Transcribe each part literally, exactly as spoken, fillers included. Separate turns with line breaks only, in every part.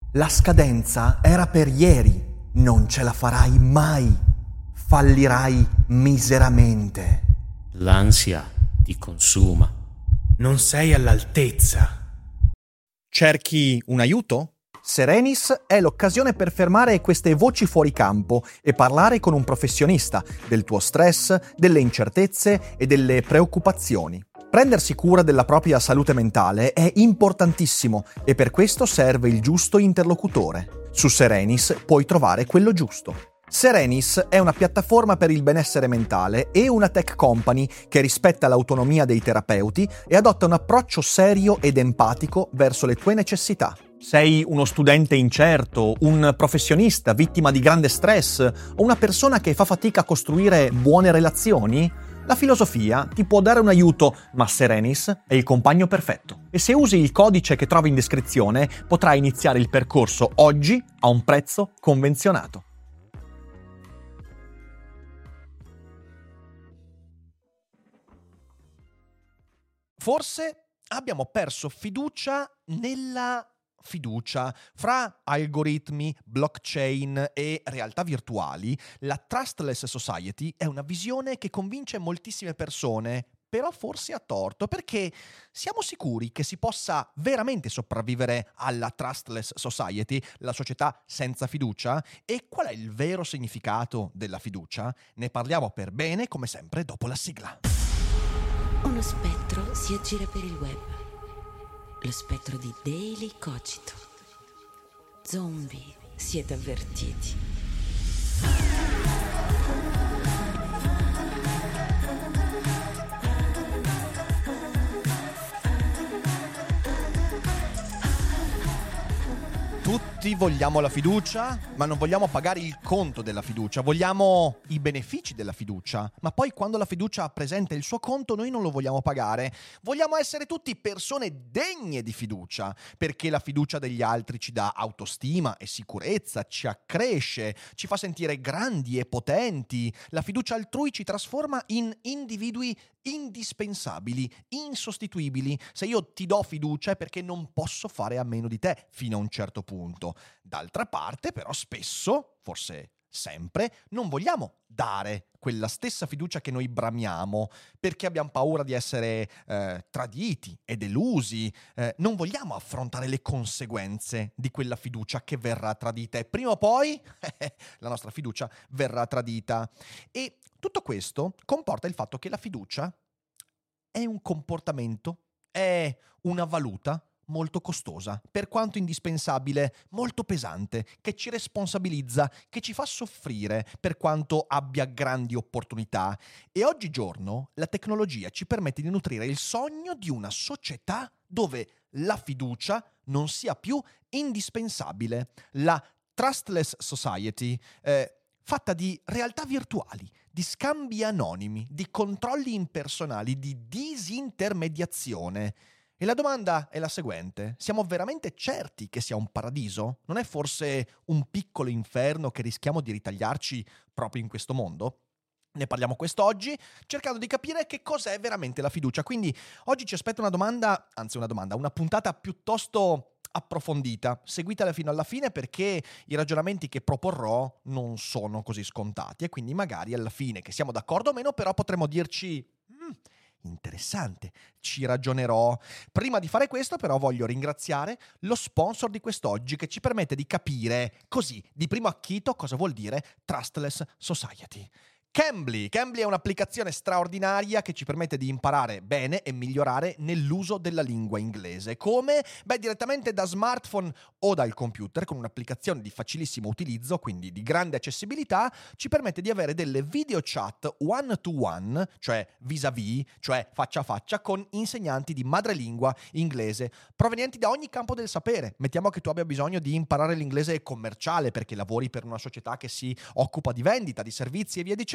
La scadenza era per ieri, non ce la farai mai, fallirai miseramente.
L'ansia ti consuma.
Non sei all'altezza.
Cerchi un aiuto? Serenis è l'occasione per fermare queste voci fuori campo e parlare con un professionista del tuo stress, delle incertezze e delle preoccupazioni. Prendersi cura della propria salute mentale è importantissimo e per questo serve il giusto interlocutore. Su Serenis puoi trovare quello giusto. Serenis è una piattaforma per il benessere mentale e una tech company che rispetta l'autonomia dei terapeuti e adotta un approccio serio ed empatico verso le tue necessità. Sei uno studente incerto, un professionista vittima di grande stress o una persona che fa fatica a costruire buone relazioni? La filosofia ti può dare un aiuto, ma Serenis è il compagno perfetto. E se usi il codice che trovi in descrizione, potrai iniziare il percorso oggi a un prezzo convenzionato. Forse abbiamo perso fiducia nella fiducia. Fra algoritmi, blockchain e realtà virtuali, la Trustless Society è una visione che convince moltissime persone, però forse a torto, perché siamo sicuri che si possa veramente sopravvivere alla Trustless Society, la società senza fiducia? E qual è il vero significato della fiducia? Ne parliamo per bene, come sempre, dopo la sigla.
Uno spettro si aggira per il web. Lo spettro di Daily Cogito. Zombie, siete avvertiti.
Tutti vogliamo la fiducia, ma non vogliamo pagare il conto della fiducia, vogliamo i benefici della fiducia, ma poi quando la fiducia presenta il suo conto noi non lo vogliamo pagare. Vogliamo essere tutti persone degne di fiducia, perché la fiducia degli altri ci dà autostima e sicurezza, ci accresce, ci fa sentire grandi e potenti. La fiducia altrui ci trasforma in individui indispensabili, insostituibili. Se io ti do fiducia è perché non posso fare a meno di te fino a un certo punto. D'altra parte, però, spesso, forse sempre, non vogliamo dare quella stessa fiducia che noi bramiamo perché abbiamo paura di essere eh, traditi e delusi. Eh, non vogliamo affrontare le conseguenze di quella fiducia che verrà tradita e prima o poi la nostra fiducia verrà tradita. E tutto questo comporta il fatto che la fiducia è un comportamento, è una valuta molto costosa, per quanto indispensabile, molto pesante, che ci responsabilizza, che ci fa soffrire per quanto abbia grandi opportunità. E oggigiorno la tecnologia ci permette di nutrire il sogno di una società dove la fiducia non sia più indispensabile. La Trustless Society, eh, fatta di realtà virtuali, di scambi anonimi, di controlli impersonali, di disintermediazione. E la domanda è la seguente: siamo veramente certi che sia un paradiso? Non è forse un piccolo inferno che rischiamo di ritagliarci proprio in questo mondo? Ne parliamo quest'oggi, cercando di capire che cos'è veramente la fiducia. Quindi oggi ci aspetta una domanda, anzi una domanda, una puntata piuttosto approfondita. Seguitela fino alla fine perché i ragionamenti che proporrò non sono così scontati e quindi magari alla fine, che siamo d'accordo o meno, però potremo dirci mm, interessante, ci ragionerò. Prima di fare questo però voglio ringraziare lo sponsor di quest'oggi che ci permette di capire così di primo acchito cosa vuol dire Trustless Society. Cambly. Cambly è un'applicazione straordinaria che ci permette di imparare bene e migliorare nell'uso della lingua inglese. Come? Beh, direttamente da smartphone o dal computer, con un'applicazione di facilissimo utilizzo, quindi di grande accessibilità, ci permette di avere delle video chat one-to-one, cioè vis-à-vis, cioè faccia a faccia, con insegnanti di madrelingua inglese, provenienti da ogni campo del sapere. Mettiamo che tu abbia bisogno di imparare l'inglese commerciale perché lavori per una società che si occupa di vendita, di servizi e via dicendo.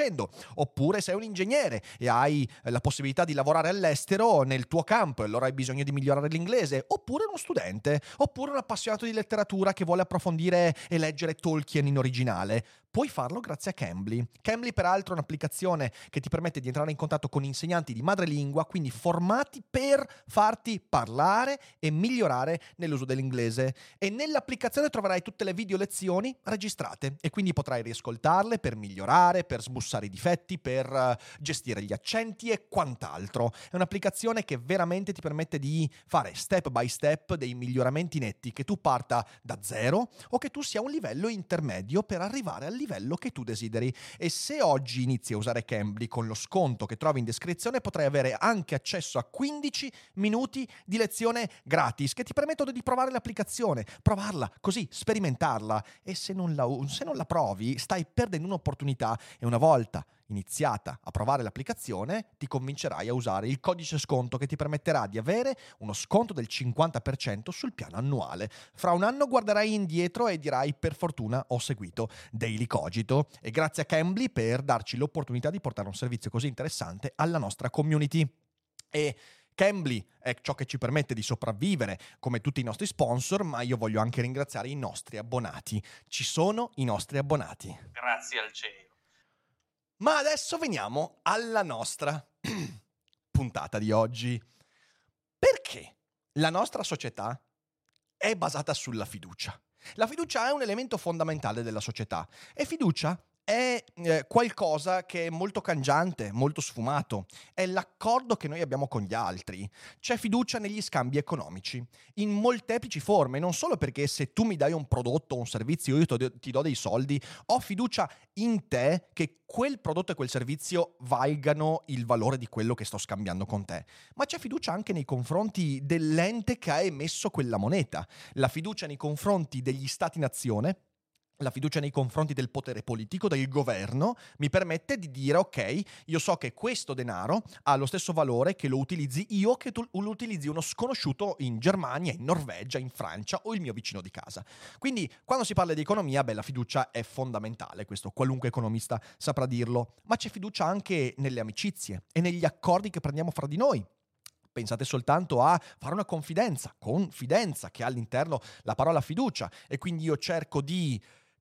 facendo. Oppure sei un ingegnere e hai la possibilità di lavorare all'estero nel tuo campo e allora hai bisogno di migliorare l'inglese. Oppure uno studente, oppure un appassionato di letteratura che vuole approfondire e leggere Tolkien in originale. Puoi farlo grazie a Cambly. Cambly, peraltro, è un'applicazione che ti permette di entrare in contatto con insegnanti di madrelingua, quindi formati per farti parlare e migliorare nell'uso dell'inglese. E nell'applicazione troverai tutte le video lezioni registrate e quindi potrai riascoltarle per migliorare, per smussare i difetti, per uh, gestire gli accenti e quant'altro. È un'applicazione che veramente ti permette di fare step by step dei miglioramenti netti, che tu parta da zero o che tu sia a un livello intermedio per arrivare al livello che tu desideri. E se oggi inizi a usare Cambly con lo sconto che trovi in descrizione, potrai avere anche accesso a quindici minuti di lezione gratis che ti permettono di provare l'applicazione, provarla così, sperimentarla. E se non la, se non la provi, stai perdendo un'opportunità, e una volta iniziata a provare l'applicazione ti convincerai a usare il codice sconto che ti permetterà di avere uno sconto del cinquanta per cento sul piano annuale. Fra un anno guarderai indietro e dirai: per fortuna ho seguito Daily Cogito. E grazie a Cambly per darci l'opportunità di portare un servizio così interessante alla nostra community. E Cambly è ciò che ci permette di sopravvivere come tutti i nostri sponsor, ma io voglio anche ringraziare i nostri abbonati. Ci sono i nostri abbonati.
Grazie al cielo.
Ma adesso veniamo alla nostra puntata di oggi. Perché la nostra società è basata sulla fiducia? La fiducia è un elemento fondamentale della società e fiducia è eh, qualcosa che è molto cangiante, molto sfumato. È l'accordo che noi abbiamo con gli altri. C'è fiducia negli scambi economici, in molteplici forme, non solo perché se tu mi dai un prodotto o un servizio io ti do dei soldi, ho fiducia in te che quel prodotto e quel servizio valgano il valore di quello che sto scambiando con te. Ma c'è fiducia anche nei confronti dell'ente che ha emesso quella moneta, la fiducia nei confronti degli stati-nazione, la fiducia nei confronti del potere politico, del governo, mi permette di dire: ok, io so che questo denaro ha lo stesso valore che lo utilizzi io, che tu lo utilizzi uno sconosciuto in Germania, in Norvegia, in Francia o il mio vicino di casa. Quindi quando si parla di economia, beh, la fiducia è fondamentale, questo qualunque economista saprà dirlo, ma c'è fiducia anche nelle amicizie e negli accordi che prendiamo fra di noi. Pensate soltanto a fare una confidenza, confidenza, che ha all'interno la parola fiducia, e quindi io cerco di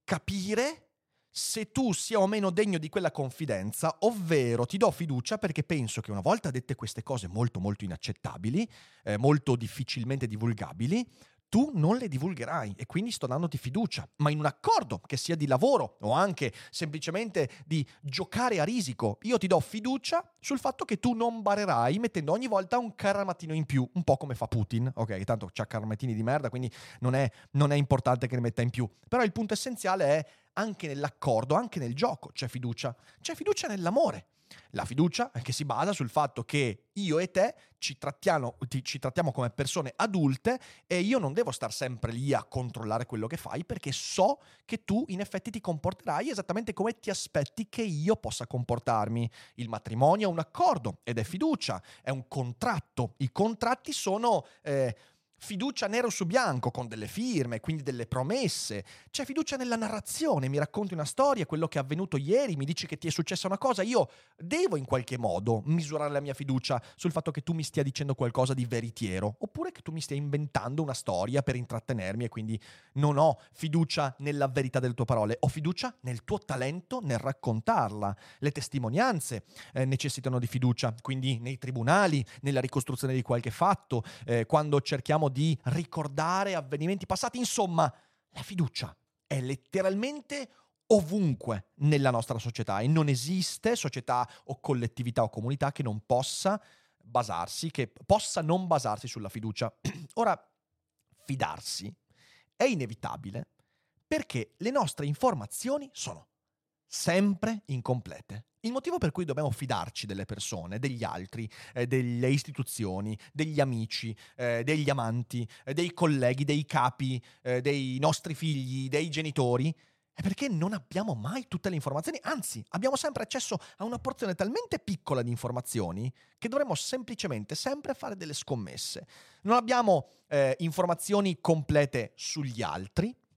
capire se tu sia o meno degno di quella confidenza, ovvero ti do fiducia perché penso che una volta dette queste cose molto molto inaccettabili, eh, molto difficilmente divulgabili, tu non le divulgherai e quindi sto dandoti fiducia, ma in un accordo che sia di lavoro o anche semplicemente di giocare a risico. Io ti do fiducia sul fatto che tu non barerai mettendo ogni volta un caramattino in più, un po' come fa Putin, ok, tanto c'ha caramattini di merda, quindi non è, non è importante che ne metta in più, però il punto essenziale è anche nell'accordo, anche nel gioco c'è fiducia, c'è fiducia nell'amore. La fiducia che si basa sul fatto che io e te ci trattiamo, ci trattiamo come persone adulte e io non devo star sempre lì a controllare quello che fai perché so che tu in effetti ti comporterai esattamente come ti aspetti che io possa comportarmi. Il matrimonio è un accordo ed è fiducia, è un contratto. I contratti sono Eh, fiducia nero su bianco, con delle firme, quindi delle promesse. C'è fiducia nella narrazione, mi racconti una storia, quello che è avvenuto ieri, mi dici che ti è successa una cosa, io devo in qualche modo misurare la mia fiducia sul fatto che tu mi stia dicendo qualcosa di veritiero, oppure che tu mi stia inventando una storia per intrattenermi e quindi non ho fiducia nella verità delle tue parole, ho fiducia nel tuo talento nel raccontarla. Le testimonianze eh, necessitano di fiducia, quindi nei tribunali, nella ricostruzione di qualche fatto, eh, quando cerchiamo di ricordare avvenimenti passati. Insomma, la fiducia è letteralmente ovunque nella nostra società e non esiste società o collettività o comunità che non possa basarsi, che possa non basarsi sulla fiducia. Ora, fidarsi è inevitabile perché le nostre informazioni sono sempre incomplete. Il motivo per cui dobbiamo fidarci delle persone, degli altri, eh, delle istituzioni, degli amici, eh, degli amanti, eh, dei colleghi, dei capi, eh, dei nostri figli, dei genitori, è perché non abbiamo mai tutte le informazioni, anzi abbiamo sempre accesso a una porzione talmente piccola di informazioni che dovremmo semplicemente sempre fare delle scommesse. Non abbiamo eh, informazioni complete sugli altri,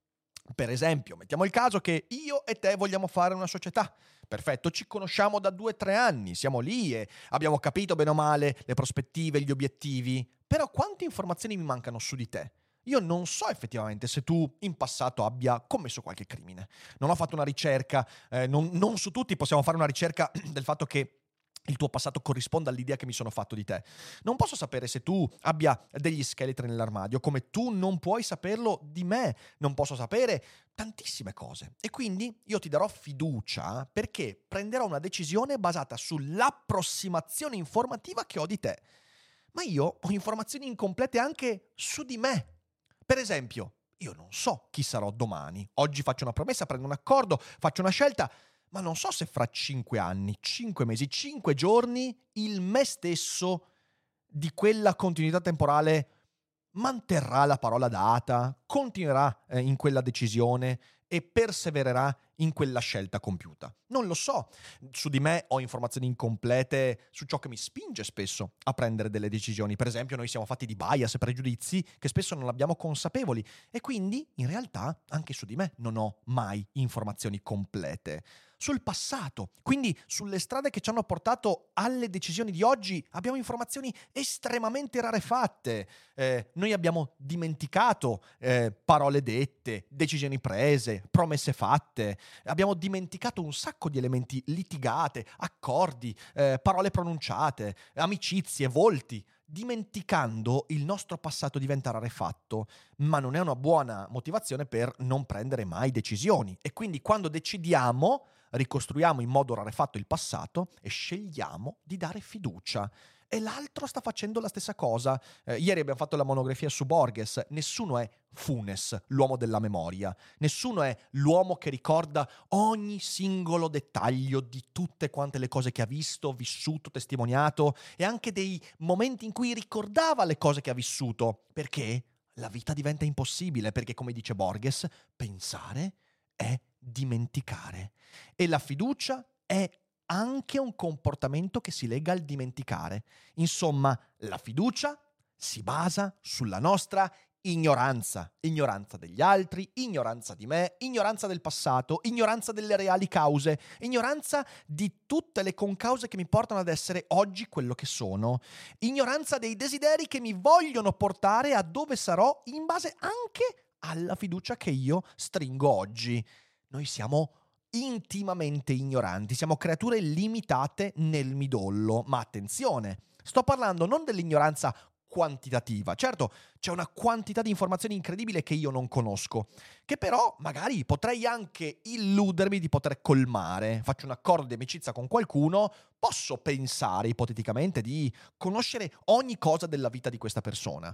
Per esempio, mettiamo il caso che io e te vogliamo fare una società. Perfetto, ci conosciamo da due o tre anni, siamo lì e abbiamo capito bene o male le prospettive, gli obiettivi. Però quante informazioni mi mancano su di te? Io non so effettivamente se tu in passato abbia commesso qualche crimine. Non ho fatto una ricerca, eh, non, non su tutti possiamo fare una ricerca del fatto che il tuo passato corrisponda all'idea che mi sono fatto di te. Non posso sapere se tu abbia degli scheletri nell'armadio, come tu non puoi saperlo di me. Non posso sapere tantissime cose. E quindi io ti darò fiducia perché prenderò una decisione basata sull'approssimazione informativa che ho di te. Ma io ho informazioni incomplete anche su di me. Per esempio, io non so chi sarò domani. Oggi faccio una promessa, prendo un accordo, faccio una scelta, ma non so se fra cinque anni, cinque mesi, cinque giorni, il me stesso di quella continuità temporale manterrà la parola data, continuerà eh, in quella decisione e persevererà in quella scelta compiuta. Non lo so. Su di me ho informazioni incomplete su ciò che mi spinge spesso a prendere delle decisioni. Per esempio, noi siamo fatti di bias e pregiudizi che spesso non abbiamo consapevoli e quindi, in realtà, anche su di me non ho mai informazioni complete. Sul passato, quindi sulle strade che ci hanno portato alle decisioni di oggi, abbiamo informazioni estremamente rarefatte. Eh, noi abbiamo dimenticato eh, parole dette, decisioni prese, promesse fatte. Abbiamo dimenticato un sacco di elementi litigate, accordi, eh, parole pronunciate, amicizie, volti. Dimenticando il nostro passato diventa rarefatto, ma non è una buona motivazione per non prendere mai decisioni. E quindi quando decidiamo, ricostruiamo in modo rarefatto il passato e scegliamo di dare fiducia. E l'altro sta facendo la stessa cosa. Eh, ieri abbiamo fatto la monografia su Borges. Nessuno è Funes, l'uomo della memoria. Nessuno è l'uomo che ricorda ogni singolo dettaglio di tutte quante le cose che ha visto, vissuto, testimoniato e anche dei momenti in cui ricordava le cose che ha vissuto. Perché la vita diventa impossibile, perché come dice Borges, pensare è dimenticare. E la fiducia è anche un comportamento che si lega al dimenticare. Insomma, la fiducia si basa sulla nostra ignoranza. Ignoranza degli altri, ignoranza di me, ignoranza del passato, ignoranza delle reali cause, ignoranza di tutte le concause che mi portano ad essere oggi quello che sono, ignoranza dei desideri che mi vogliono portare a dove sarò in base anche alla fiducia che io stringo oggi. Noi siamo intimamente ignoranti, siamo creature limitate nel midollo, ma attenzione, sto parlando non dell'ignoranza quantitativa. Certo, c'è una quantità di informazioni incredibile che io non conosco, che però magari potrei anche illudermi di poter colmare. Faccio un accordo di amicizia con qualcuno, posso pensare ipoteticamente di conoscere ogni cosa della vita di questa persona.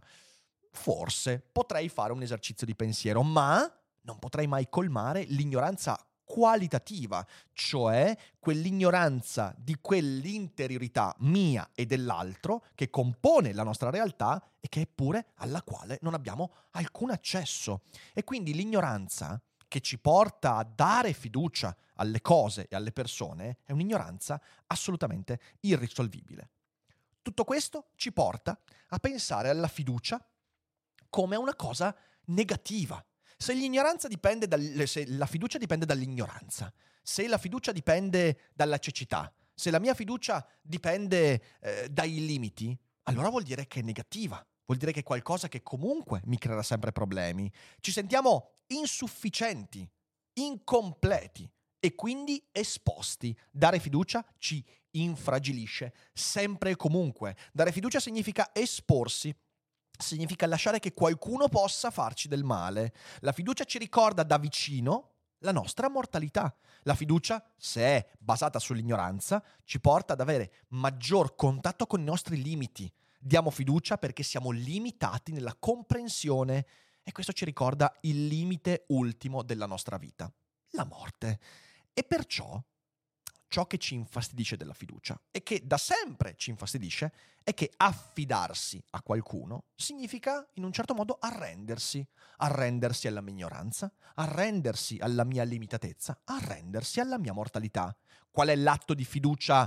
Forse potrei fare un esercizio di pensiero, ma non potrei mai colmare l'ignoranza qualitativa, cioè quell'ignoranza di quell'interiorità mia e dell'altro che compone la nostra realtà e che eppure alla quale non abbiamo alcun accesso. E quindi l'ignoranza che ci porta a dare fiducia alle cose e alle persone è un'ignoranza assolutamente irrisolvibile. Tutto questo ci porta a pensare alla fiducia come una cosa negativa. Se l'ignoranza dipende dal, se la fiducia dipende dall'ignoranza, se la fiducia dipende dalla cecità, se la mia fiducia dipende eh, dai limiti, allora vuol dire che è negativa, vuol dire che è qualcosa che comunque mi creerà sempre problemi. Ci sentiamo insufficienti, incompleti e quindi esposti. Dare fiducia ci infragilisce sempre e comunque. Dare fiducia significa esporsi. Significa lasciare che qualcuno possa farci del male. La fiducia ci ricorda da vicino la nostra mortalità. La fiducia, se è basata sull'ignoranza, ci porta ad avere maggior contatto con i nostri limiti. Diamo fiducia perché siamo limitati nella comprensione e questo ci ricorda il limite ultimo della nostra vita, la morte. E perciò ciò che ci infastidisce della fiducia e che da sempre ci infastidisce è che affidarsi a qualcuno significa in un certo modo arrendersi, arrendersi alla mia ignoranza, arrendersi alla mia limitatezza, arrendersi alla mia mortalità. Qual è l'atto di fiducia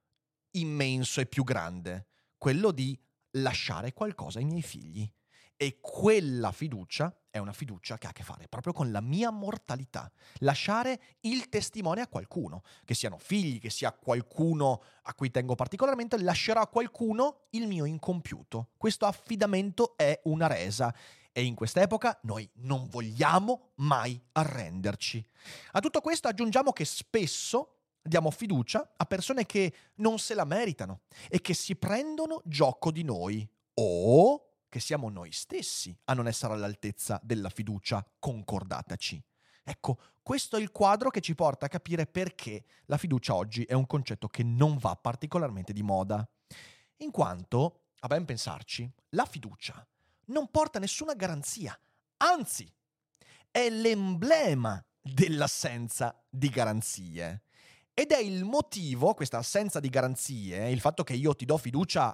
immenso e più grande? Quello di lasciare qualcosa ai miei figli. E quella fiducia è una fiducia che ha a che fare proprio con la mia mortalità. Lasciare il testimone a qualcuno, che siano figli, che sia qualcuno a cui tengo particolarmente, lascerò a qualcuno il mio incompiuto. Questo affidamento è una resa. E in quest'epoca noi non vogliamo mai arrenderci. A tutto questo aggiungiamo che spesso diamo fiducia a persone che non se la meritano e che si prendono gioco di noi, o che siamo noi stessi a non essere all'altezza della fiducia concordataci. Ecco, questo è il quadro che ci porta a capire perché la fiducia oggi è un concetto che non va particolarmente di moda. In quanto, a ben pensarci, la fiducia non porta nessuna garanzia, anzi, è l'emblema dell'assenza di garanzie. Ed è il motivo, questa assenza di garanzie, il fatto che io ti do fiducia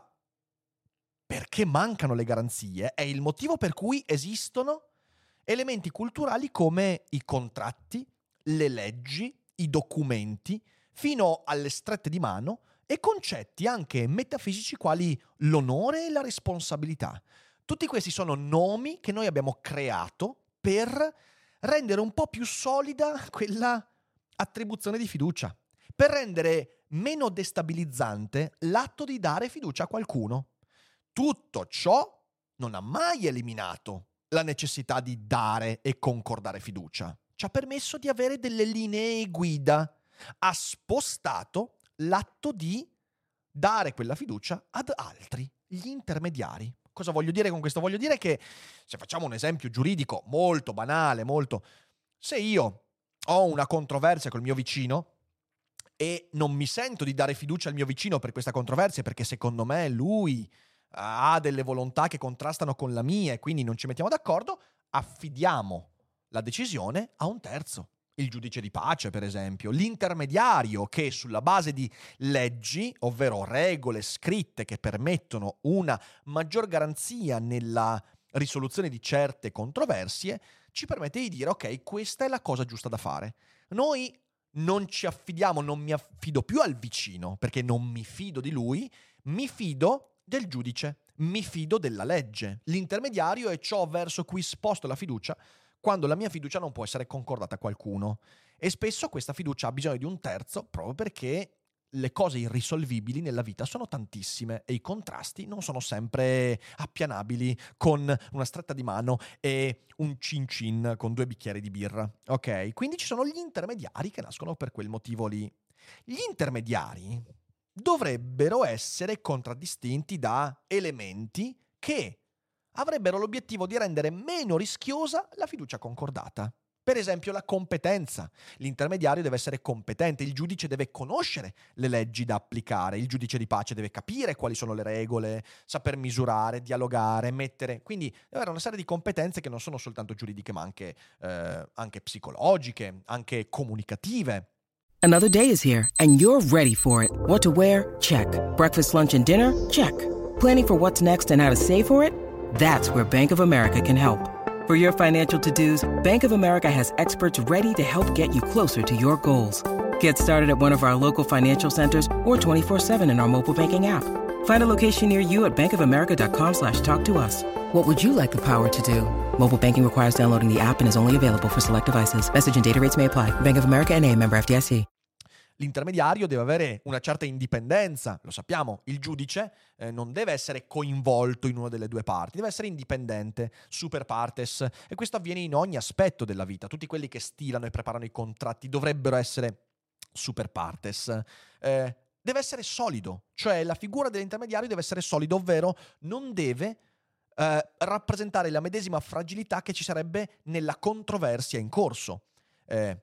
perché mancano le garanzie, è il motivo per cui esistono elementi culturali come i contratti, le leggi, i documenti, fino alle strette di mano, e concetti anche metafisici quali l'onore e la responsabilità. Tutti questi sono nomi che noi abbiamo creato per rendere un po' più solida quella attribuzione di fiducia, per rendere meno destabilizzante l'atto di dare fiducia a qualcuno. Tutto ciò non ha mai eliminato la necessità di dare e concordare fiducia. Ci ha permesso di avere delle linee guida. Ha spostato l'atto di dare quella fiducia ad altri, gli intermediari. Cosa voglio dire con questo? Voglio dire che, se facciamo un esempio giuridico molto banale, molto... Se io ho una controversia col mio vicino e non mi sento di dare fiducia al mio vicino per questa controversia, perché secondo me lui ha delle volontà che contrastano con la mia e quindi non ci mettiamo d'accordo, affidiamo la decisione a un terzo. Il giudice di pace, per esempio, l'intermediario che sulla base di leggi, ovvero regole scritte che permettono una maggior garanzia nella risoluzione di certe controversie, ci permette di dire ok, questa è la cosa giusta da fare. Noi non ci affidiamo, non mi affido più al vicino, perché non mi fido di lui, mi fido del giudice, mi fido della legge. L'intermediario è ciò verso cui sposto la fiducia quando la mia fiducia non può essere concordata a qualcuno. E spesso questa fiducia ha bisogno di un terzo proprio perché le cose irrisolvibili nella vita sono tantissime e i contrasti non sono sempre appianabili con una stretta di mano e un cin cin con due bicchieri di birra. Ok? Quindi ci sono gli intermediari che nascono per quel motivo lì. Gli intermediari dovrebbero essere contraddistinti da elementi che avrebbero l'obiettivo di rendere meno rischiosa la fiducia concordata. Per esempio la competenza. L'intermediario deve essere competente, il giudice deve conoscere le leggi da applicare, il giudice di pace deve capire quali sono le regole, saper misurare, dialogare, mettere... Quindi deve avere una serie di competenze che non sono soltanto giuridiche ma anche, eh, anche psicologiche, anche comunicative.
Another day is here, and you're ready for it. What to wear? Check. Breakfast, lunch, and dinner? Check. Planning for what's next and how to save for it? That's where Bank of America can help. For your financial to-dos, Bank of America has experts ready to help get you closer to your goals. Get started at one of our local financial centers or twenty-four seven in our mobile banking app. Find a location near you at bankofamerica.com slash talk to us. What would you like the power to do? Mobile banking requires downloading the app and is only available for select devices. Message and data rates may apply. Bank of America N A, member F D I C.
L'intermediario deve avere una certa indipendenza, lo sappiamo, il giudice eh, non deve essere coinvolto in una delle due parti, deve essere indipendente, super partes, e questo avviene in ogni aspetto della vita. Tutti quelli che stilano e preparano i contratti dovrebbero essere super partes. Eh, deve essere solido, cioè la figura dell'intermediario deve essere solido, ovvero non deve eh, rappresentare la medesima fragilità che ci sarebbe nella controversia in corso. Eh,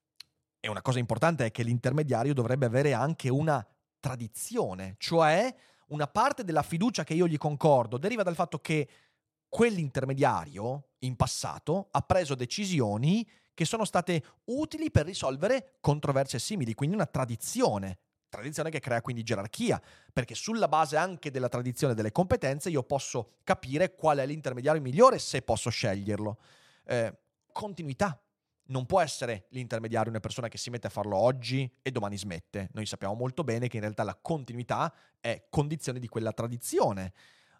E una cosa importante è che l'intermediario dovrebbe avere anche una tradizione, cioè una parte della fiducia che io gli concordo deriva dal fatto che quell'intermediario in passato ha preso decisioni che sono state utili per risolvere controversie simili, quindi una tradizione, tradizione che crea quindi gerarchia, perché sulla base anche della tradizione e delle competenze io posso capire qual è l'intermediario migliore se posso sceglierlo. Eh, continuità. Non può essere l'intermediario una persona che si mette a farlo oggi e domani smette. Noi sappiamo molto bene che in realtà la continuità è condizione di quella tradizione.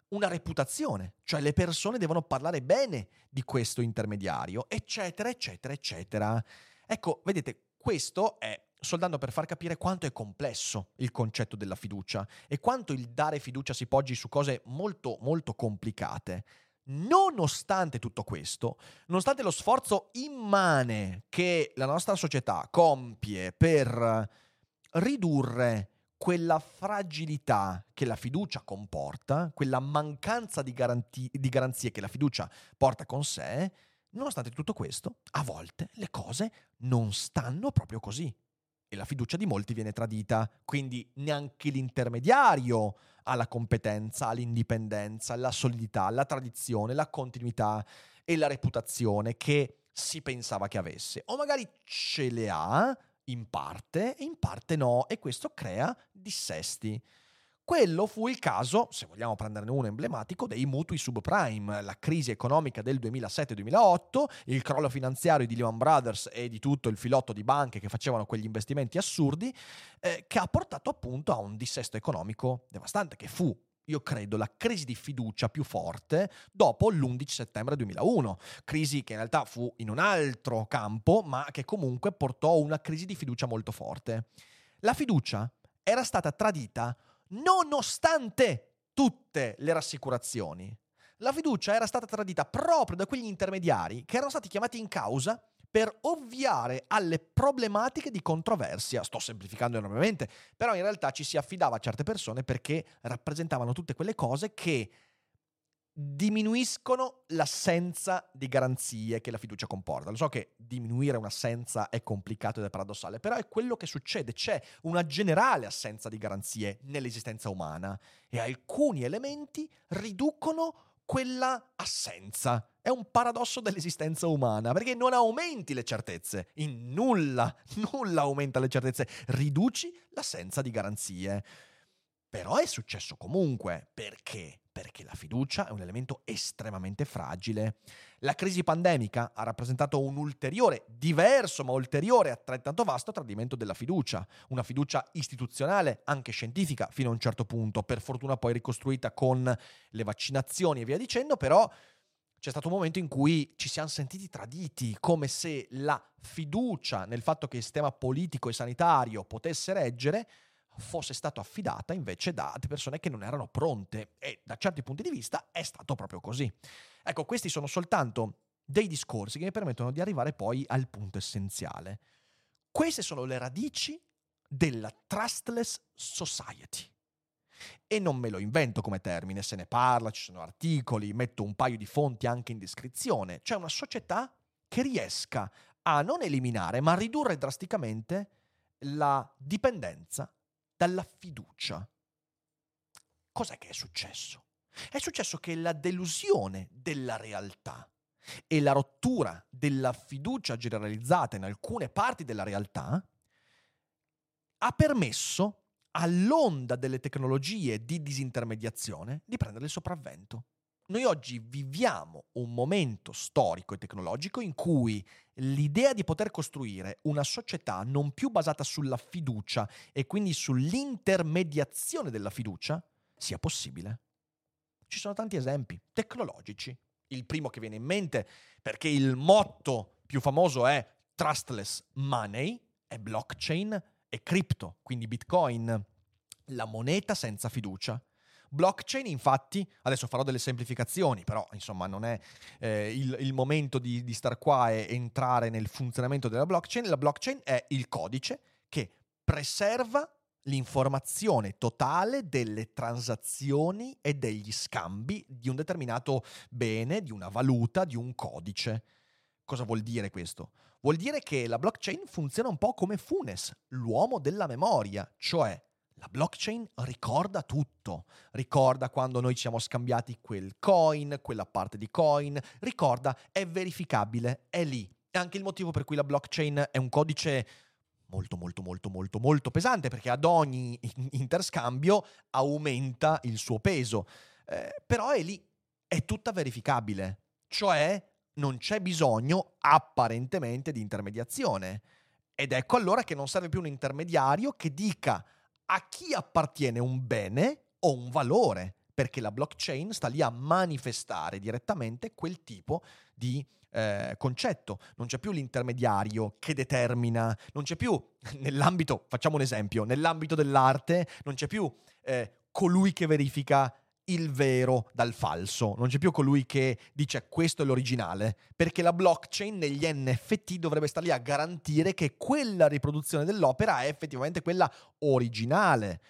una reputazione, cioè le persone devono parlare bene di questo intermediario, eccetera, eccetera, eccetera. Ecco, vedete, questo è soltanto per far capire quanto è complesso il concetto della fiducia e quanto il dare fiducia si poggi su cose molto, molto complicate. Nonostante tutto questo, nonostante lo sforzo immane che la nostra società compie per ridurre quella fragilità che la fiducia comporta, quella mancanza di, garanti- di garanzie che la fiducia porta con sé, nonostante tutto questo, a volte le cose non stanno proprio così e la fiducia di molti viene tradita, quindi neanche l'intermediario ha la competenza, l'indipendenza, la solidità, la tradizione, la continuità e la reputazione che si pensava che avesse, o magari ce le ha in parte e in parte no, e questo crea dissesti. Quello fu il caso, se vogliamo prenderne uno emblematico, dei mutui subprime, la crisi economica del duemilasette duemilaotto, il crollo finanziario di Lehman Brothers e di tutto il filotto di banche che facevano quegli investimenti assurdi, eh, che ha portato appunto a un dissesto economico devastante, che fu, io credo, la crisi di fiducia più forte dopo l'undici settembre duemilauno. Crisi che in realtà fu in un altro campo, ma che comunque portò a una crisi di fiducia molto forte. La fiducia era stata tradita nonostante tutte le rassicurazioni. La fiducia era stata tradita proprio da quegli intermediari che erano stati chiamati in causa per ovviare alle problematiche di controversia. Sto semplificando enormemente, però in realtà ci si affidava a certe persone perché rappresentavano tutte quelle cose che diminuiscono l'assenza di garanzie che la fiducia comporta. Lo so che diminuire un'assenza è complicato ed è paradossale, però è quello che succede. C'è una generale assenza di garanzie nell'esistenza umana e alcuni elementi riducono quella assenza. È un paradosso dell'esistenza umana, perché non aumenti le certezze, in nulla, nulla aumenta le certezze, riduci l'assenza di garanzie. Però è successo comunque. Perché? Perché la fiducia è un elemento estremamente fragile. La crisi pandemica ha rappresentato un ulteriore, diverso ma ulteriore, altrettanto vasto tradimento della fiducia. Una fiducia istituzionale, anche scientifica, fino a un certo punto, per fortuna poi ricostruita con le vaccinazioni e via dicendo, però c'è stato un momento in cui ci siamo sentiti traditi, come se la fiducia nel fatto che il sistema politico e sanitario potesse reggere fosse stato affidata invece da persone che non erano pronte, e da certi punti di vista è stato proprio così. Ecco, questi sono soltanto dei discorsi che mi permettono di arrivare poi al punto essenziale. Queste sono le radici della trustless society. E non me lo invento come termine, se ne parla, ci sono articoli, metto un paio di fonti anche in descrizione. Cioè una società che riesca a non eliminare, ma a ridurre drasticamente la dipendenza dalla fiducia. Cos'è che è successo? È successo che la delusione della realtà e la rottura della fiducia generalizzata in alcune parti della realtà ha permesso all'onda delle tecnologie di disintermediazione di prendere il sopravvento. Noi oggi viviamo un momento storico e tecnologico in cui l'idea di poter costruire una società non più basata sulla fiducia e quindi sull'intermediazione della fiducia sia possibile. Ci sono tanti esempi tecnologici. Il primo che viene in mente, perché il motto più famoso è trustless money, è blockchain e cripto, quindi Bitcoin, la moneta senza fiducia. Blockchain, infatti, adesso farò delle semplificazioni, però insomma non è eh, il, il momento di, di star qua e entrare nel funzionamento della blockchain. La blockchain è il codice che preserva l'informazione totale delle transazioni e degli scambi di un determinato bene, di una valuta, di un codice. Cosa vuol dire questo? Vuol dire che la blockchain funziona un po' come Funes, l'uomo della memoria, cioè la blockchain ricorda tutto, ricorda quando noi ci siamo scambiati quel coin, quella parte di coin, ricorda, è verificabile, è lì. È anche il motivo per cui la blockchain è un codice molto molto molto molto molto pesante, perché ad ogni interscambio aumenta il suo peso, eh, però è lì, è tutta verificabile, cioè non c'è bisogno apparentemente di intermediazione. Ed ecco allora che non serve più un intermediario che dica a chi appartiene un bene o un valore, perché la blockchain sta lì a manifestare direttamente quel tipo di eh, concetto. Non c'è più l'intermediario che determina, non c'è più nell'ambito, facciamo un esempio, nell'ambito dell'arte non c'è più eh, colui che verifica il vero dal falso, non c'è più colui che dice questo è l'originale, perché la blockchain negli N F T dovrebbe stare lì a garantire che quella riproduzione dell'opera è effettivamente quella originale.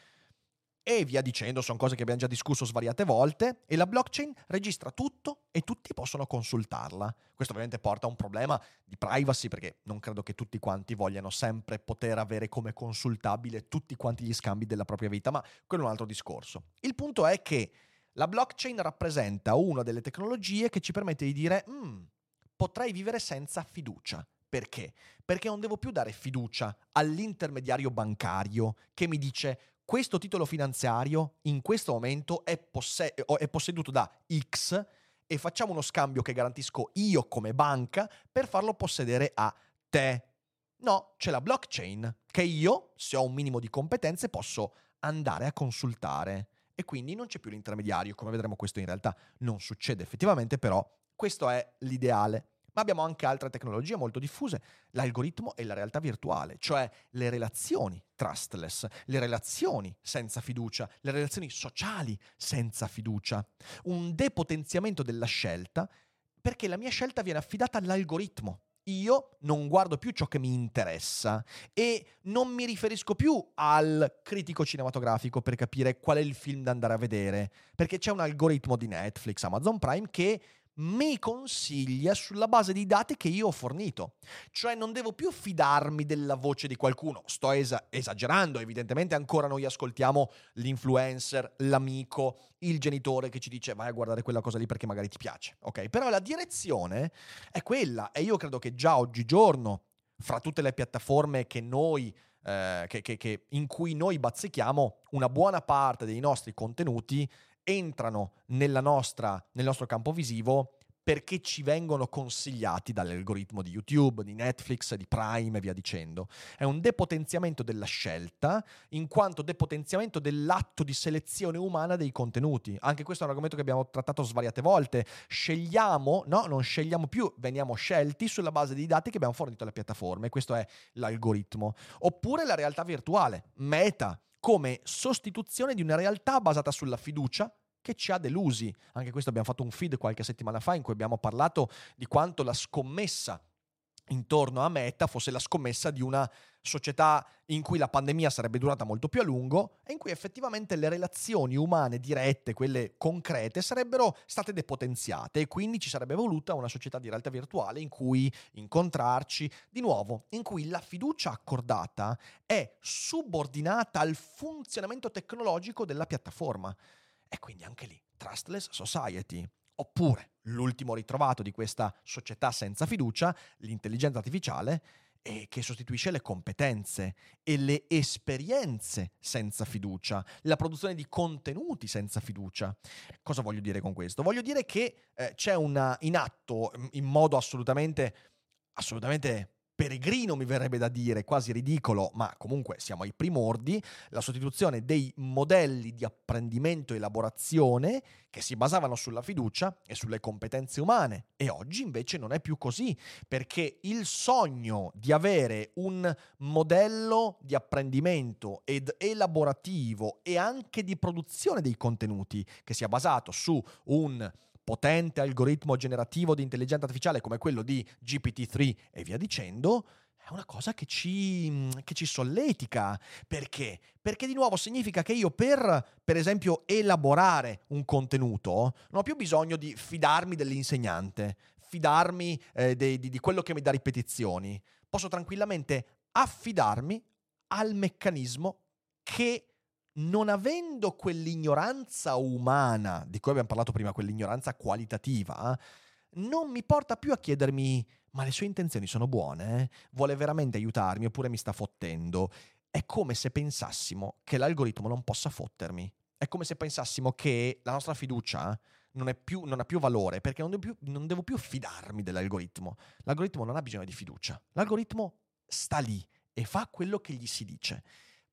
E via dicendo, sono cose che abbiamo già discusso svariate volte, e la blockchain registra tutto e tutti possono consultarla. Questo ovviamente porta a un problema di privacy, perché non credo che tutti quanti vogliano sempre poter avere come consultabile tutti quanti gli scambi della propria vita, ma quello è un altro discorso. Il punto è che la blockchain rappresenta una delle tecnologie che ci permette di dire mm, potrei vivere senza fiducia. Perché? Perché non devo più dare fiducia all'intermediario bancario che mi dice questo titolo finanziario in questo momento è, posse- è posseduto da X e facciamo uno scambio che garantisco io come banca per farlo possedere a te. No, c'è la blockchain che io, se ho un minimo di competenze, posso andare a consultare e quindi non c'è più l'intermediario. Come vedremo, questo in realtà non succede effettivamente, però questo è l'ideale. Ma abbiamo anche altre tecnologie molto diffuse, l'algoritmo e la realtà virtuale, cioè le relazioni trustless, le relazioni senza fiducia, le relazioni sociali senza fiducia, un depotenziamento della scelta perché la mia scelta viene affidata all'algoritmo. Io non guardo più ciò che mi interessa e non mi riferisco più al critico cinematografico per capire qual è il film da andare a vedere, perché c'è un algoritmo di Netflix, Amazon Prime che mi consiglia sulla base di dati che io ho fornito. Cioè non devo più fidarmi della voce di qualcuno. Sto esa- esagerando, evidentemente ancora noi ascoltiamo l'influencer, l'amico, il genitore che ci dice vai a guardare quella cosa lì perché magari ti piace, ok? Però la direzione è quella e io credo che già oggigiorno, fra tutte le piattaforme che noi eh, che, che, che, in cui noi bazzichiamo, una buona parte dei nostri contenuti entrano nella nostra, nel nostro campo visivo perché ci vengono consigliati dall'algoritmo di YouTube, di Netflix, di Prime e via dicendo. È un depotenziamento della scelta, in quanto depotenziamento dell'atto di selezione umana dei contenuti. Anche questo è un argomento che abbiamo trattato svariate volte. Scegliamo, no, non scegliamo più, veniamo scelti sulla base dei dati che abbiamo fornito alle piattaforme. Questo è l'algoritmo. Oppure la realtà virtuale, Meta, come sostituzione di una realtà basata sulla fiducia che ci ha delusi. Anche questo abbiamo fatto un feed qualche settimana fa in cui abbiamo parlato di quanto la scommessa intorno a Meta fosse la scommessa di una società in cui la pandemia sarebbe durata molto più a lungo e in cui effettivamente le relazioni umane dirette, quelle concrete, sarebbero state depotenziate e quindi ci sarebbe voluta una società di realtà virtuale in cui incontrarci, di nuovo, in cui la fiducia accordata è subordinata al funzionamento tecnologico della piattaforma. E quindi anche lì, trustless society. Oppure, l'ultimo ritrovato di questa società senza fiducia, l'intelligenza artificiale, e che sostituisce le competenze e le esperienze senza fiducia, la produzione di contenuti senza fiducia. Cosa voglio dire con questo? Voglio dire che eh, c'è una, in atto, in modo assolutamente, assolutamente peregrino, mi verrebbe da dire, quasi ridicolo, ma comunque siamo ai primordi, la sostituzione dei modelli di apprendimento e elaborazione che si basavano sulla fiducia e sulle competenze umane. E oggi invece non è più così, perché il sogno di avere un modello di apprendimento ed elaborativo e anche di produzione dei contenuti che sia basato su un potente algoritmo generativo di intelligenza artificiale come quello di G P T tre e via dicendo, è una cosa che ci, che ci solletica. Perché? Perché di nuovo significa che io per, per esempio, elaborare un contenuto non ho più bisogno di fidarmi dell'insegnante, fidarmi eh, de, di, di quello che mi dà ripetizioni. Posso tranquillamente affidarmi al meccanismo che, non avendo quell'ignoranza umana di cui abbiamo parlato prima, quell'ignoranza qualitativa, non mi porta più a chiedermi ma le sue intenzioni sono buone? Vuole veramente aiutarmi oppure mi sta fottendo? È come se pensassimo che l'algoritmo non possa fottermi. È come se pensassimo che la nostra fiducia non, è più, non ha più valore perché non devo più, non devo più fidarmi dell'algoritmo. L'algoritmo non ha bisogno di fiducia. L'algoritmo sta lì e fa quello che gli si dice.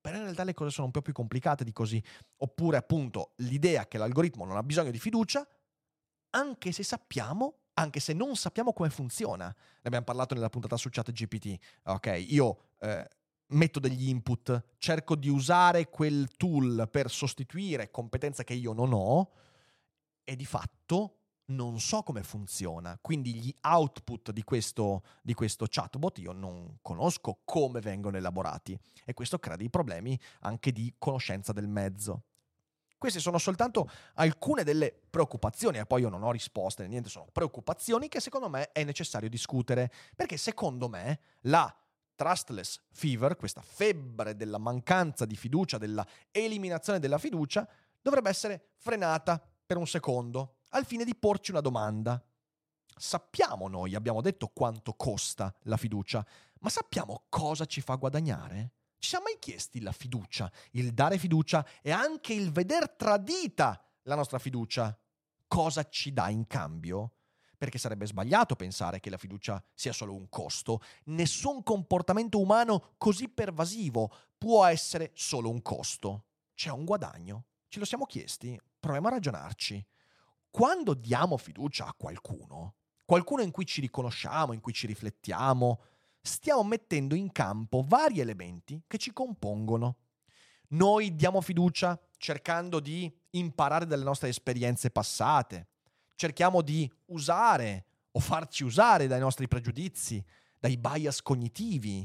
però in realtà le cose sono un po' più complicate di così. Oppure appunto l'idea che l'algoritmo non ha bisogno di fiducia, anche se sappiamo, anche se non sappiamo come funziona. Ne abbiamo parlato nella puntata su ChatGPT. Ok, io eh, metto degli input, cerco di usare quel tool per sostituire competenze che io non ho e di fatto non so come funziona. Quindi gli output di questo, di questo chatbot io non conosco come vengono elaborati e questo crea dei problemi anche di conoscenza del mezzo. Queste sono soltanto alcune delle preoccupazioni, e poi io non ho risposte né niente, sono preoccupazioni che secondo me è necessario discutere, perché secondo me la trustless fever, questa febbre della mancanza di fiducia, della eliminazione della fiducia, dovrebbe essere frenata per un secondo, al fine di porci una domanda. Sappiamo noi, abbiamo detto quanto costa la fiducia, ma sappiamo cosa ci fa guadagnare? Ci siamo mai chiesti la fiducia, il dare fiducia e anche il veder tradita la nostra fiducia? Cosa ci dà in cambio? Perché sarebbe sbagliato pensare che la fiducia sia solo un costo. Nessun comportamento umano così pervasivo può essere solo un costo. C'è un guadagno. Ce lo siamo chiesti? Proviamo a ragionarci. Quando diamo fiducia a qualcuno, qualcuno in cui ci riconosciamo, in cui ci riflettiamo, stiamo mettendo in campo vari elementi che ci compongono. Noi diamo fiducia cercando di imparare dalle nostre esperienze passate, cerchiamo di usare o farci usare dai nostri pregiudizi, dai bias cognitivi.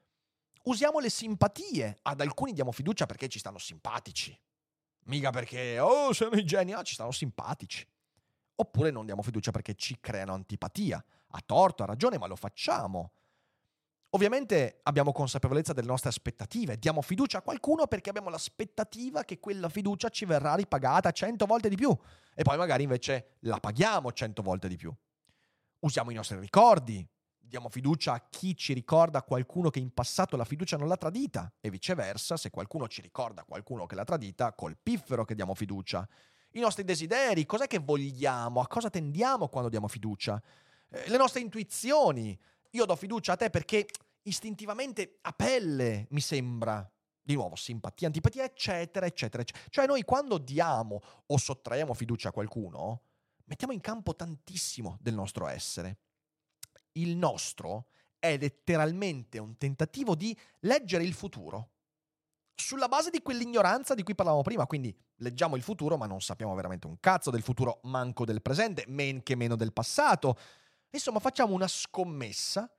Usiamo le simpatie, ad alcuni diamo fiducia perché ci stanno simpatici, mica perché, oh, sono i geni, no, ci stanno simpatici. Oppure non diamo fiducia perché ci creano antipatia, a torto, a ragione, ma lo facciamo. Ovviamente abbiamo consapevolezza delle nostre aspettative, diamo fiducia a qualcuno perché abbiamo l'aspettativa che quella fiducia ci verrà ripagata cento volte di più e poi magari invece la paghiamo cento volte di più. Usiamo i nostri ricordi, diamo fiducia a chi ci ricorda qualcuno che in passato la fiducia non l'ha tradita e viceversa, se qualcuno ci ricorda qualcuno che l'ha tradita, col piffero che diamo fiducia. I nostri desideri, cos'è che vogliamo, a cosa tendiamo quando diamo fiducia? Eh, le nostre intuizioni. Io do fiducia a te perché istintivamente a pelle mi sembra, di nuovo, simpatia, antipatia, eccetera, eccetera, eccetera. Cioè noi quando diamo o sottraiamo fiducia a qualcuno, mettiamo in campo tantissimo del nostro essere. Il nostro è letteralmente un tentativo di leggere il futuro, sulla base di quell'ignoranza di cui parlavamo prima. Quindi leggiamo il futuro, ma non sappiamo veramente un cazzo del futuro, manco del presente, men che meno del passato. Insomma, facciamo una scommessa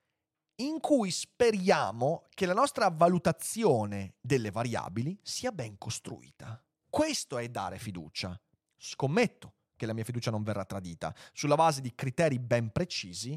in cui speriamo che la nostra valutazione delle variabili sia ben costruita. Questo è dare fiducia. Scommetto che la mia fiducia non verrà tradita sulla base di criteri ben precisi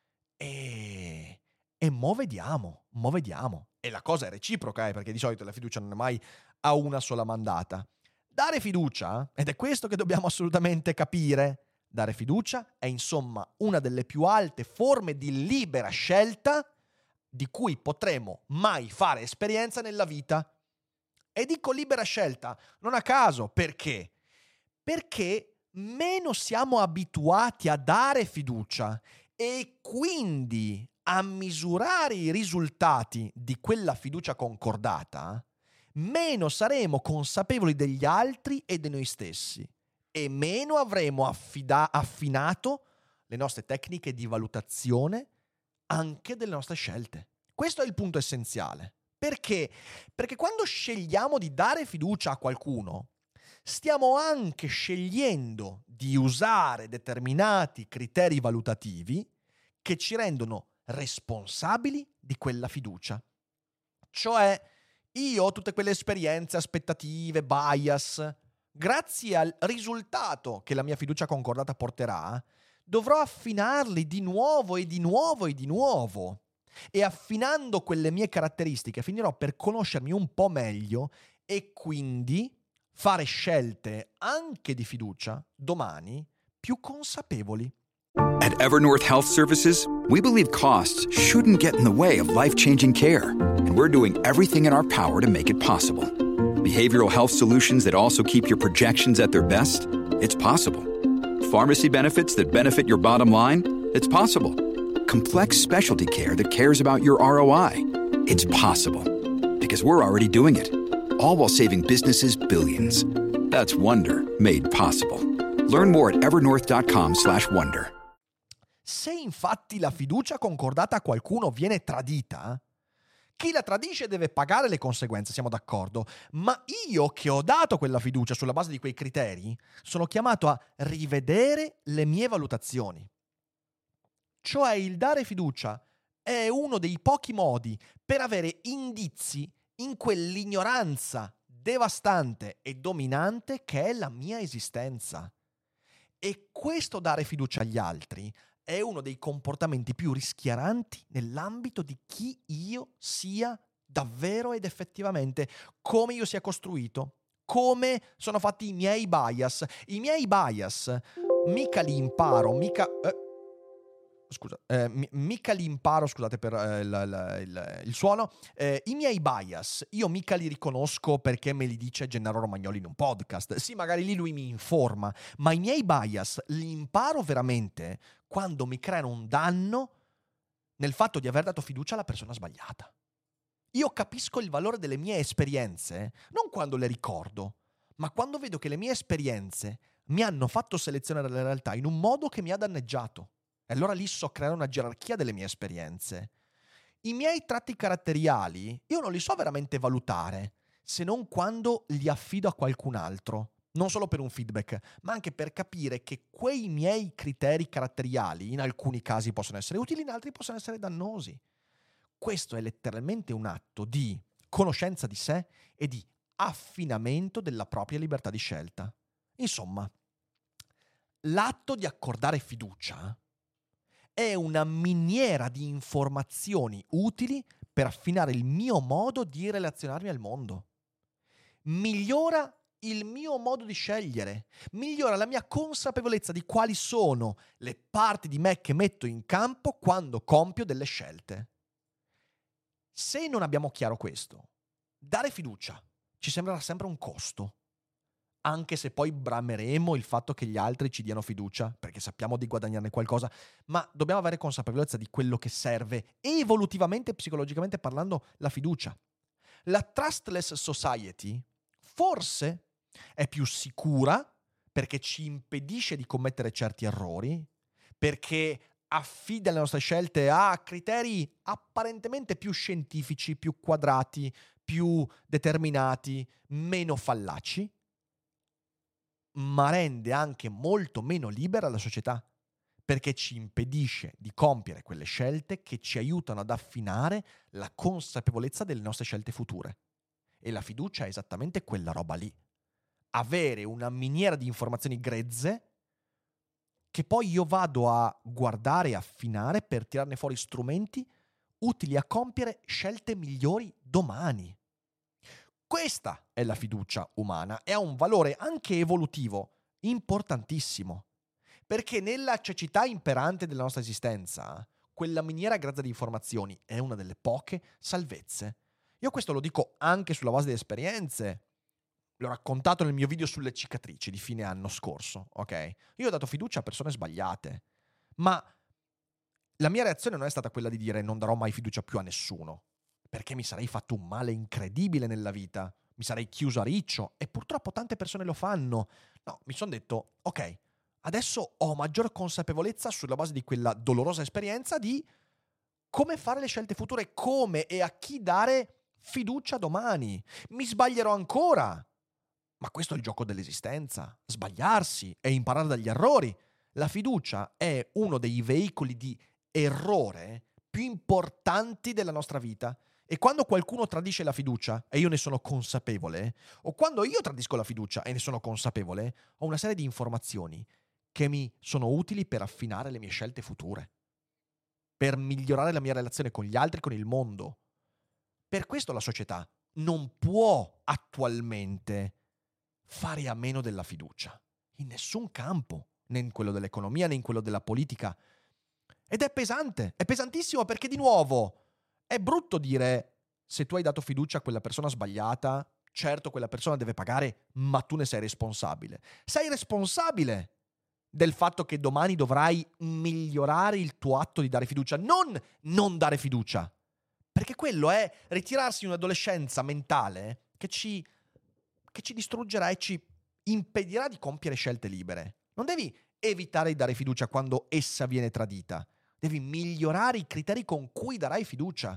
e, e mo vediamo, mo vediamo. E la cosa è reciproca, eh, perché di solito la fiducia non è mai a una sola mandata. Dare fiducia, ed è questo che dobbiamo assolutamente capire, dare fiducia è insomma una delle più alte forme di libera scelta di cui potremo mai fare esperienza nella vita. E dico libera scelta non a caso, perché? Perché meno siamo abituati a dare fiducia e quindi a misurare i risultati di quella fiducia concordata, meno saremo consapevoli degli altri e di noi stessi e meno avremo affida- affinato le nostre tecniche di valutazione anche delle nostre scelte. Questo è il punto essenziale. Perché? Perché quando scegliamo di dare fiducia a qualcuno, stiamo anche scegliendo di usare determinati criteri valutativi che ci rendono responsabili di quella fiducia. Cioè, io ho tutte quelle esperienze, aspettative, bias. Grazie al risultato che la mia fiducia concordata porterà, dovrò affinarli di nuovo e di nuovo e di nuovo. E affinando quelle mie caratteristiche finirò per conoscermi un po' meglio e quindi fare scelte anche di fiducia domani più consapevoli.
At Evernorth Health Services, we believe costs shouldn't get in the way of life-changing care, and we're doing everything in our power to make it possible. Behavioral health solutions that also keep your projections at their best? It's possible. Pharmacy benefits that benefit your bottom line? It's possible. Complex specialty care that cares about your R O I? It's possible. because we're already doing it. All while saving businesses billions. That's Wonder made possible. Learn more at evernorth.com slash wonder.
Se infatti la fiducia concordata a qualcuno viene tradita, chi la tradisce deve pagare le conseguenze, siamo d'accordo, ma io che ho dato quella fiducia sulla base di quei criteri, sono chiamato a rivedere le mie valutazioni. Cioè il dare fiducia è uno dei pochi modi per avere indizi in quell'ignoranza devastante e dominante che è la mia esistenza. E questo dare fiducia agli altri è uno dei comportamenti più rischiaranti nell'ambito di chi io sia davvero ed effettivamente, come io sia costruito, come sono fatti i miei bias. I miei bias mica li imparo, mica... Eh, scusa, eh, mica li imparo, scusate per eh, il, il, il suono, eh, i miei bias io mica li riconosco perché me li dice Gennaro Romagnoli in un podcast. Sì, magari lì lui mi informa, ma i miei bias li imparo veramente quando mi creano un danno nel fatto di aver dato fiducia alla persona sbagliata. Io capisco il valore delle mie esperienze non quando le ricordo, ma quando vedo che le mie esperienze mi hanno fatto selezionare la realtà in un modo che mi ha danneggiato. E allora lì so creare una gerarchia delle mie esperienze. I miei tratti caratteriali io non li so veramente valutare, se non quando li affido a qualcun altro. Non solo per un feedback, ma anche per capire che quei miei criteri caratteriali in alcuni casi possono essere utili, in altri possono essere dannosi. Questo è letteralmente un atto di conoscenza di sé e di affinamento della propria libertà di scelta. Insomma, l'atto di accordare fiducia è una miniera di informazioni utili per affinare il mio modo di relazionarmi al mondo. Migliora il mio modo di scegliere, migliora la mia consapevolezza di quali sono le parti di me che metto in campo quando compio delle scelte. Se non abbiamo chiaro questo, dare fiducia ci sembrerà sempre un costo, anche se poi brameremo il fatto che gli altri ci diano fiducia, perché sappiamo di guadagnarne qualcosa, ma dobbiamo avere consapevolezza di quello che serve evolutivamente e psicologicamente parlando la fiducia. La trustless society forse è più sicura perché ci impedisce di commettere certi errori, perché affida le nostre scelte a criteri apparentemente più scientifici, più quadrati, più determinati, meno fallaci, ma rende anche molto meno libera la società, perché ci impedisce di compiere quelle scelte che ci aiutano ad affinare la consapevolezza delle nostre scelte future. E la fiducia è esattamente quella roba lì. Avere una miniera di informazioni grezze che poi io vado a guardare e affinare per tirarne fuori strumenti utili a compiere scelte migliori domani. Questa è la fiducia umana e ha un valore anche evolutivo importantissimo, perché nella cecità imperante della nostra esistenza, quella miniera grezza di informazioni è una delle poche salvezze. Io questo lo dico anche sulla base di esperienze. L'ho raccontato nel mio video sulle cicatrici di fine anno scorso, ok? Io ho dato fiducia a persone sbagliate, ma la mia reazione non è stata quella di dire non darò mai fiducia più a nessuno, perché mi sarei fatto un male incredibile nella vita, mi sarei chiuso a riccio e purtroppo tante persone lo fanno. No, mi sono detto, ok, adesso ho maggior consapevolezza sulla base di quella dolorosa esperienza di come fare le scelte future, come e a chi dare fiducia domani. Mi sbaglierò ancora, ma questo è il gioco dell'esistenza, sbagliarsi e imparare dagli errori. La fiducia è uno dei veicoli di errore più importanti della nostra vita. E quando qualcuno tradisce la fiducia e io ne sono consapevole, o quando io tradisco la fiducia e ne sono consapevole, ho una serie di informazioni che mi sono utili per affinare le mie scelte future, per migliorare la mia relazione con gli altri, con il mondo. Per questo la società non può attualmente fare a meno della fiducia, in nessun campo, né in quello dell'economia né in quello della politica. Ed è pesante, è pesantissimo perché di nuovo è brutto dire se tu hai dato fiducia a quella persona sbagliata, certo quella persona deve pagare, ma tu ne sei responsabile. Sei responsabile del fatto che domani dovrai migliorare il tuo atto di dare fiducia, non non dare fiducia. Perché quello è ritirarsi in un'adolescenza mentale che ci, che ci distruggerà e ci impedirà di compiere scelte libere. Non devi evitare di dare fiducia quando essa viene tradita. Devi migliorare i criteri con cui darai fiducia.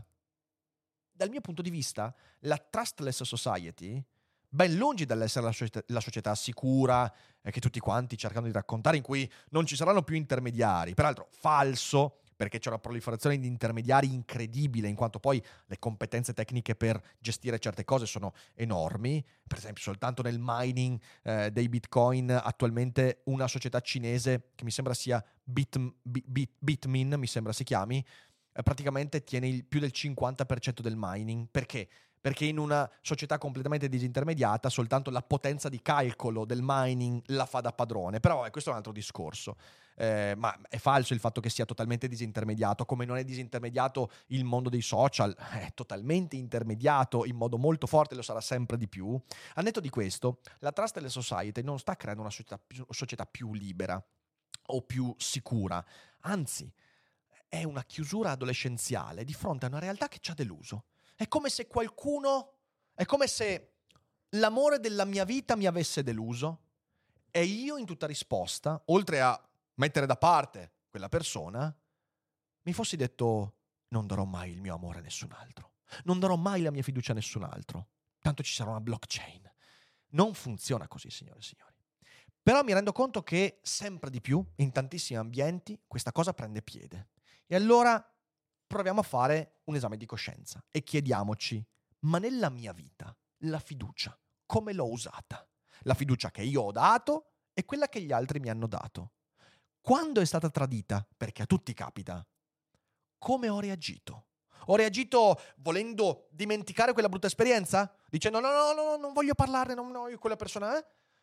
Dal mio punto di vista, la trustless society, ben lungi dall'essere la società, la società sicura eh, che tutti quanti cercano di raccontare, in cui non ci saranno più intermediari, peraltro falso, perché c'è una proliferazione di intermediari incredibile, in quanto poi le competenze tecniche per gestire certe cose sono enormi. Per esempio, soltanto nel mining eh, dei bitcoin attualmente una società cinese, che mi sembra sia Bit, Bit, Bitmin, mi sembra si chiami, eh, praticamente tiene il, più del cinquanta per cento del mining. Perché? Perché in una società completamente disintermediata soltanto la potenza di calcolo del mining la fa da padrone. Però eh, questo è un altro discorso. Eh, ma è falso il fatto che sia totalmente disintermediato, come non è disintermediato il mondo dei social, è totalmente intermediato in modo molto forte, lo sarà sempre di più. Al netto di questo, la Trustless Society non sta creando una società più, società più libera o più sicura, anzi è una chiusura adolescenziale di fronte a una realtà che ci ha deluso. È come se qualcuno, è come se l'amore della mia vita mi avesse deluso e io in tutta risposta, oltre a mettere da parte quella persona, mi fossi detto: non darò mai il mio amore a nessun altro, non darò mai la mia fiducia a nessun altro, tanto ci sarà una blockchain. Non funziona così, signore e signori. Però mi rendo conto che sempre di più, in tantissimi ambienti, questa cosa prende piede. E allora proviamo a fare un esame di coscienza e chiediamoci: ma nella mia vita la fiducia come l'ho usata? La fiducia che io ho dato e quella che gli altri mi hanno dato. Quando è stata tradita, perché a tutti capita, come ho reagito? Ho reagito volendo dimenticare quella brutta esperienza? Dicendo no, no, no, non voglio parlarne, no, no, io quella persona, eh?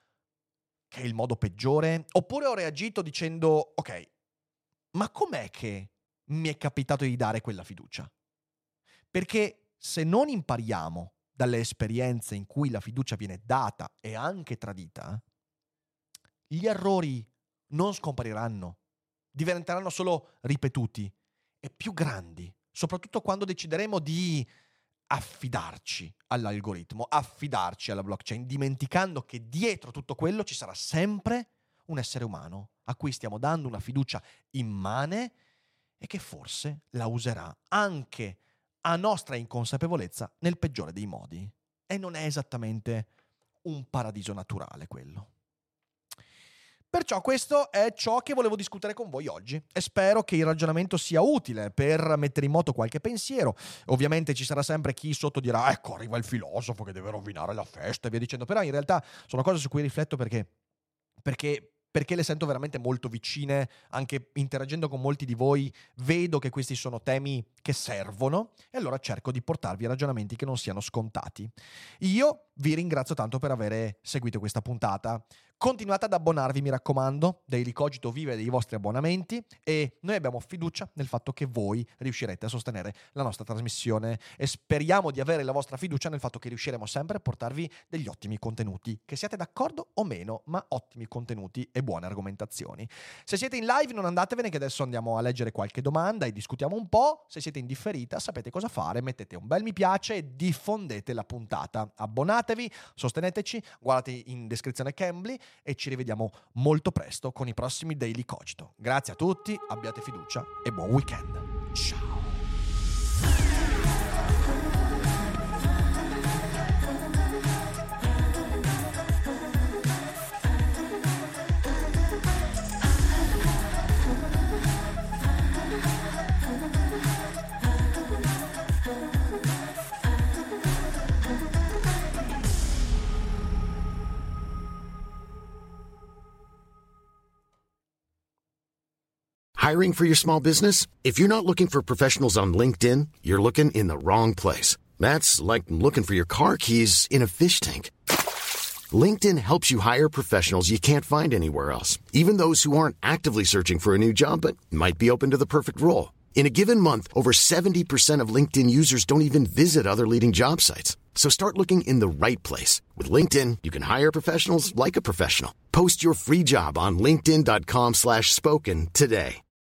Che è il modo peggiore? Oppure ho reagito dicendo ok, ma com'è che mi è capitato di dare quella fiducia? Perché se non impariamo dalle esperienze in cui la fiducia viene data e anche tradita, gli errori non scompariranno, diventeranno solo ripetuti e più grandi, soprattutto quando decideremo di affidarci all'algoritmo, affidarci alla blockchain, dimenticando che dietro tutto quello ci sarà sempre un essere umano a cui stiamo dando una fiducia immane e che forse la userà anche a nostra inconsapevolezza nel peggiore dei modi. E non è esattamente un paradiso naturale quello. Perciò questo è ciò che volevo discutere con voi oggi e spero che il ragionamento sia utile per mettere in moto qualche pensiero. Ovviamente ci sarà sempre chi sotto dirà ecco arriva il filosofo che deve rovinare la festa e via dicendo, però in realtà sono cose su cui rifletto perché perché perché le sento veramente molto vicine, anche interagendo con molti di voi vedo che questi sono temi che servono e allora cerco di portarvi ragionamenti che non siano scontati. Io vi ringrazio tanto per aver seguito questa puntata. Continuate ad abbonarvi, mi raccomando. Daily Cogito vive dei vostri abbonamenti e noi abbiamo fiducia nel fatto che voi riuscirete a sostenere la nostra trasmissione e speriamo di avere la vostra fiducia nel fatto che riusciremo sempre a portarvi degli ottimi contenuti, che siate d'accordo o meno, ma ottimi contenuti e buone argomentazioni. Se siete in live non andatevene, che adesso andiamo a leggere qualche domanda e discutiamo un po'. Se siete in differita sapete cosa fare, mettete un bel mi piace e diffondete la puntata. Abbonatevi, sosteneteci, guardate in descrizione Cambly e ci rivediamo molto presto con i prossimi Daily Cogito. Grazie a tutti, abbiate fiducia e buon weekend. Ciao.
Hiring for your small business? If you're not looking for professionals on LinkedIn, you're looking in the wrong place. That's like looking for your car keys in a fish tank. LinkedIn helps you hire professionals you can't find anywhere else, even those who aren't actively searching for a new job but might be open to the perfect role. In a given month, over seventy percent of LinkedIn users don't even visit other leading job sites. So start looking in the right place. With LinkedIn, you can hire professionals like a professional. Post your free job on linkedin dot com slash spoken today.